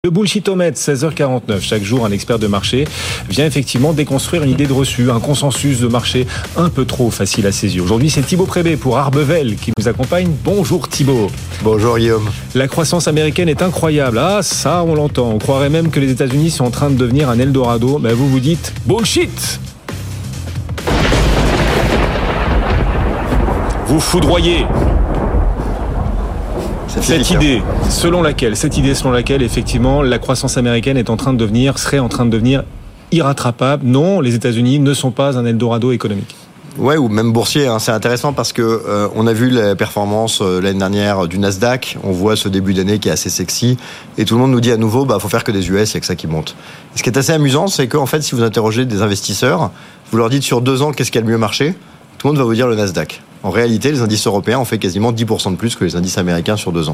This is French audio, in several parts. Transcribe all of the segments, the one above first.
Le bullshitomètre, 16h49. Chaque jour, un expert de marché vient effectivement déconstruire une idée de reçu, un consensus de marché un peu trop facile à ses yeux. Aujourd'hui, c'est Thibaut Prébet pour Arbevel qui nous accompagne. Bonjour Thibaut. Bonjour Guillaume. La croissance américaine est incroyable. Ah, ça, on l'entend. On croirait même que les États-Unis sont en train de devenir un Eldorado. Mais vous vous dites bullshit. Vous foudroyez. Cette idée selon laquelle, effectivement, la croissance américaine serait en train de devenir irrattrapable. Non, les États-Unis ne sont pas un Eldorado économique. Ouais, ou même boursier. C'est intéressant parce que on a vu la performance l'année dernière du Nasdaq. On voit ce début d'année qui est assez sexy, et tout le monde nous dit à nouveau, faut faire que des US, il y a que ça qui monte. Et ce qui est assez amusant, c'est qu'en fait, si vous interrogez des investisseurs, vous leur dites sur 2 ans qu'est-ce qui a le mieux marché, tout le monde va vous dire le Nasdaq. En réalité, les indices européens ont fait quasiment 10% de plus que les indices américains sur 2 ans.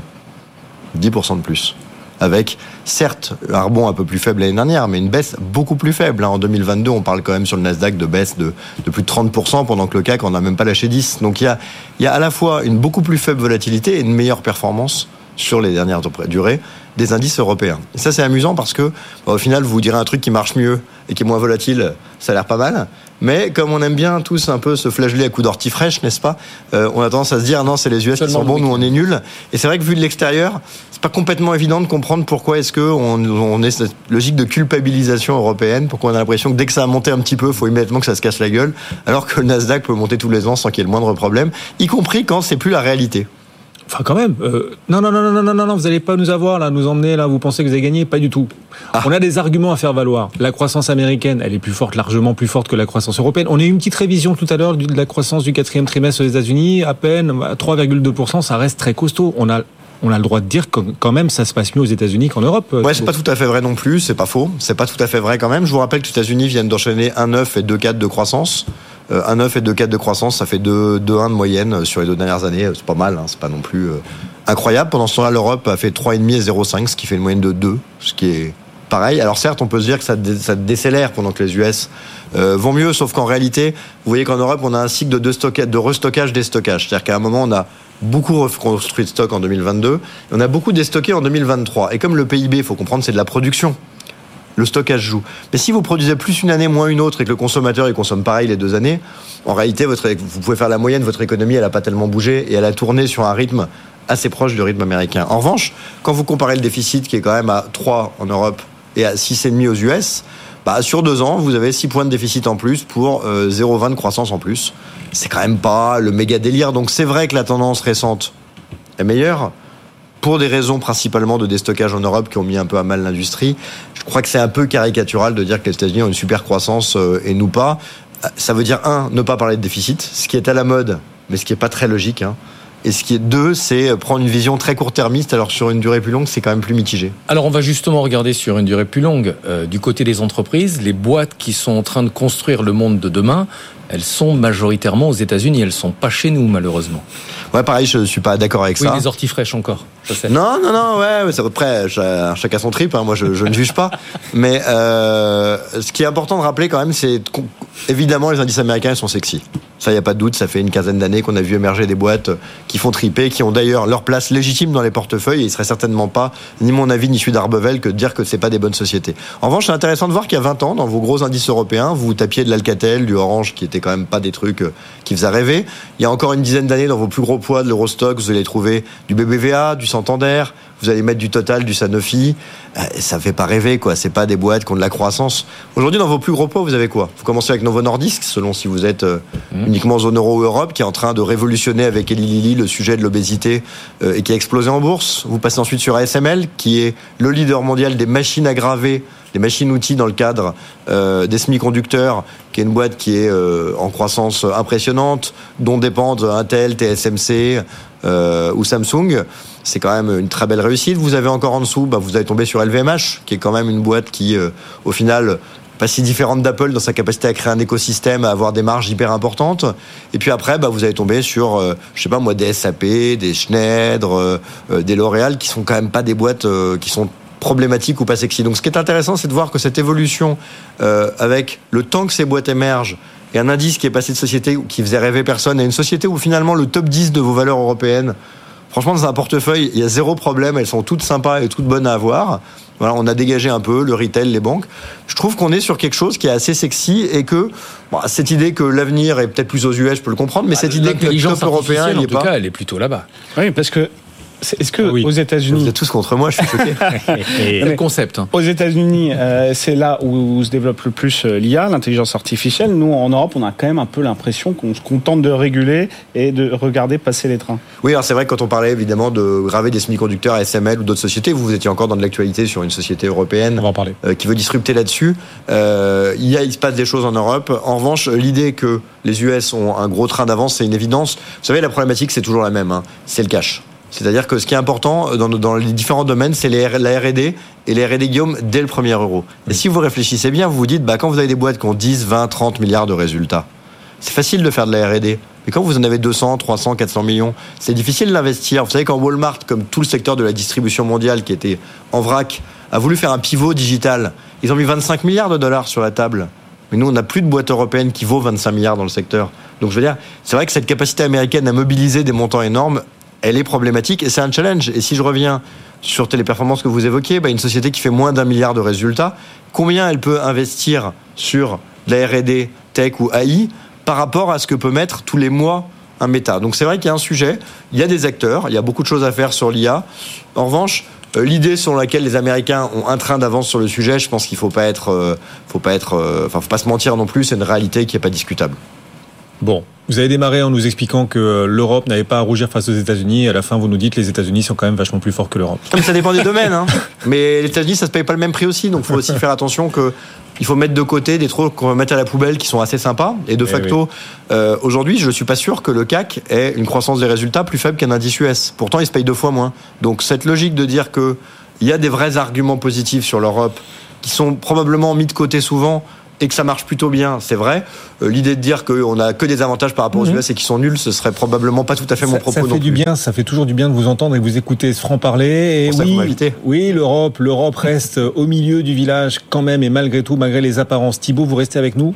10% de plus. Avec, certes, un rebond un peu plus faible l'année dernière, mais une baisse beaucoup plus faible. En 2022, on parle quand même sur le Nasdaq de baisse de plus de 30%, pendant que le CAC, on n'a même pas lâché 10. Donc il y a à la fois une beaucoup plus faible volatilité et une meilleure performance sur les dernières durées des indices européens. Et ça, c'est amusant parce que, au final, vous direz un truc qui marche mieux et qui est moins volatile, ça a l'air pas mal. Mais comme on aime bien tous un peu se flageller à coups d'ortie fraîche, n'est-ce pas, on a tendance à se dire non, c'est les US qui sont bons, nous on est nuls. Et c'est vrai que vu de l'extérieur, c'est pas complètement évident de comprendre pourquoi est-ce que on est cette logique de culpabilisation européenne, pourquoi on a l'impression que dès que ça a monté un petit peu, il faut immédiatement que ça se casse la gueule, alors que le Nasdaq peut monter tous les ans sans qu'il y ait le moindre problème, y compris quand c'est plus la réalité. Enfin, quand même. Non, vous n'allez pas nous avoir là, nous emmener là. Vous pensez que vous avez gagné? Pas du tout. On a des arguments à faire valoir. La croissance américaine, elle est plus forte, largement plus forte que la croissance européenne. On a eu une petite révision tout à l'heure de la croissance du 4e trimestre aux États-Unis, à peine 3,2%. Ça reste très costaud. On a le droit de dire que quand même ça se passe mieux aux États-Unis qu'en Europe. Ouais, c'est pas tout à fait vrai non plus. C'est pas faux. C'est pas tout à fait vrai quand même. Je vous rappelle que les États-Unis viennent d'enchaîner 1,9 et 2,4 de croissance. 1,9 et 2,4 de croissance, ça fait 2,1 de moyenne sur les 2 dernières années. C'est pas mal, c'est pas non plus incroyable. Pendant ce temps-là, l'Europe a fait 3,5 et 0,5, ce qui fait une moyenne de 2, ce qui est pareil. Alors certes, on peut se dire que ça décélère pendant que les US vont mieux, sauf qu'en réalité, vous voyez qu'en Europe, on a un cycle de restockage, déstockage. C'est-à-dire qu'à un moment, on a beaucoup reconstruit de stock en 2022, et on a beaucoup déstocké en 2023. Et comme le PIB, il faut comprendre, c'est de la production. Le stockage joue. Mais si vous produisez plus une année, moins une autre, et que le consommateur il consomme pareil les 2 années, en réalité, vous pouvez faire la moyenne, votre économie, elle n'a pas tellement bougé, et elle a tourné sur un rythme assez proche du rythme américain. En revanche, quand vous comparez le déficit, qui est quand même à 3 en Europe, et à 6,5 aux US, sur 2 ans, vous avez 6 points de déficit en plus pour 0,20 de croissance en plus. C'est quand même pas le méga délire. Donc c'est vrai que la tendance récente est meilleure, pour des raisons principalement de déstockage en Europe qui ont mis un peu à mal l'industrie. Je crois que c'est un peu caricatural de dire que les États-Unis ont une super croissance et nous pas. Ça veut dire, 1, ne pas parler de déficit, ce qui est à la mode, mais ce qui n'est pas très logique. Et ce qui est 2, c'est prendre une vision très court-termiste, alors sur une durée plus longue, c'est quand même plus mitigé. Alors on va justement regarder sur une durée plus longue. Du côté des entreprises, les boîtes qui sont en train de construire le monde de demain, elles sont majoritairement aux États-Unis, elles sont pas chez nous malheureusement. Ouais, pareil, je suis pas d'accord avec ça. Oui, les orties fraîches encore, je sais. Non, ouais, c'est à peu près chacun son trip, moi je ne juge pas. Mais ce qui est important de rappeler quand même, c'est évidemment les indices américains sont sexy. Ça, il n'y a pas de doute, ça fait une quinzaine d'années qu'on a vu émerger des boîtes qui font triper, qui ont d'ailleurs leur place légitime dans les portefeuilles, et il ne serait certainement pas, ni mon avis, ni celui d'Arbevel, que de dire que ce n'est pas des bonnes sociétés. En revanche, c'est intéressant de voir qu'il y a 20 ans, dans vos gros indices européens, vous tapiez de l'Alcatel, du Orange, qui étaient quand même pas des trucs qui faisaient rêver. Il y a encore une dizaine d'années, dans vos plus gros poids de l'Eurostock, vous allez trouver du BBVA, du Santander, vous allez mettre du Total, du Sanofi. Ça fait pas rêver, quoi. C'est pas des boîtes qui ont de la croissance. Aujourd'hui, dans vos plus gros poids, vous avez quoi? Vous commencez avec Novo Nordisk, selon si vous êtes uniquement zone euro ou Europe, qui est en train de révolutionner avec Eli Lilly le sujet de l'obésité et qui a explosé en bourse. Vous passez ensuite sur ASML, qui est le leader mondial des machines à graver, des machines-outils dans le cadre des semi-conducteurs, qui est une boîte qui est en croissance impressionnante, dont dépendent Intel, TSMC ou Samsung. C'est quand même une très belle réussite. Vous avez encore en dessous, vous allez tomber sur LVMH, qui est quand même une boîte qui, au final, pas si différente d'Apple dans sa capacité à créer un écosystème, à avoir des marges hyper importantes. Et puis après, vous allez tomber sur, des SAP, des Schneider, des L'Oréal, qui sont quand même pas des boîtes qui sont problématiques ou pas sexy. Donc ce qui est intéressant, c'est de voir que cette évolution, avec le temps que ces boîtes émergent, et un indice qui est passé de société qui faisait rêver personne à une société où finalement le top 10 de vos valeurs européennes, franchement, dans un portefeuille, il y a 0 problème, elles sont toutes sympas et toutes bonnes à avoir. Voilà, on a dégagé un peu le retail, les banques. Je trouve qu'on est sur quelque chose qui est assez sexy et que cette idée que l'avenir est peut-être plus aux US, je peux le comprendre, mais cette idée que le top européen, en tout cas, elle est plutôt là-bas. Oui, parce que est-ce que aux États-Unis, vous êtes tous contre moi, je suis choqué. C'est le concept. Aux États-Unis, c'est là où se développe le plus l'IA, l'intelligence artificielle. Nous, en Europe, on a quand même un peu l'impression qu'on se contente de réguler et de regarder passer les trains. Oui, alors c'est vrai que quand on parlait évidemment de graver des semi-conducteurs ASML ou d'autres sociétés, vous étiez encore dans de l'actualité sur une société européenne on va en parler. Qui veut disrupter là-dessus. Il se passe des choses en Europe. En revanche, l'idée que les US ont un gros train d'avance, c'est une évidence. Vous savez, la problématique, c'est toujours la même. C'est le cash. C'est-à-dire que ce qui est important dans les différents domaines, c'est la R&D, et les R&D, Guillaume, dès le premier euro. Et si vous réfléchissez bien, vous vous dites, quand vous avez des boîtes qui ont 10, 20, 30 milliards de résultats, c'est facile de faire de la R&D. Mais quand vous en avez 200, 300, 400 millions, c'est difficile d'investir. Vous savez, quand Walmart, comme tout le secteur de la distribution mondiale qui était en vrac, a voulu faire un pivot digital, ils ont mis 25 milliards de dollars sur la table. Mais nous, on n'a plus de boîte européenne qui vaut 25 milliards dans le secteur. Donc, je veux dire, c'est vrai que cette capacité américaine à mobiliser des montants énormes, elle est problématique et c'est un challenge. Et si je reviens sur Téléperformance que vous évoquiez, une société qui fait moins d'1 milliard de résultats, combien elle peut investir sur la R&D, tech ou AI par rapport à ce que peut mettre tous les mois un Meta. Donc c'est vrai qu'il y a un sujet, il y a des acteurs, il y a beaucoup de choses à faire sur l'IA. En revanche, l'idée selon laquelle les Américains ont un train d'avance sur le sujet, je pense qu'il faut pas se mentir non plus, c'est une réalité qui n'est pas discutable. Bon, vous avez démarré en nous expliquant que l'Europe n'avait pas à rougir face aux États-Unis. Et à la fin, vous nous dites que les États-Unis sont quand même vachement plus forts que l'Europe. Mais ça dépend des domaines. Mais les États-Unis, ça se paye pas le même prix aussi. Donc, il faut aussi faire attention que il faut mettre de côté des trucs qu'on va mettre à la poubelle qui sont assez sympas. Et de facto, aujourd'hui, je suis pas sûr que le CAC ait une croissance des résultats plus faible qu'un indice US. Pourtant, il se paye 2 fois moins. Donc, cette logique de dire que il y a des vrais arguments positifs sur l'Europe qui sont probablement mis de côté souvent et que ça marche plutôt bien, c'est vrai. L'idée de dire qu'on n'a que des avantages par rapport aux US et qu'ils sont nuls, ce serait probablement pas tout à fait mon propos non plus. Ça fait toujours du bien de vous entendre et de vous écouter ce franc-parler. Et oui, l'Europe reste au milieu du village quand même, et malgré tout, malgré les apparences. Thibaut, vous restez avec nous ?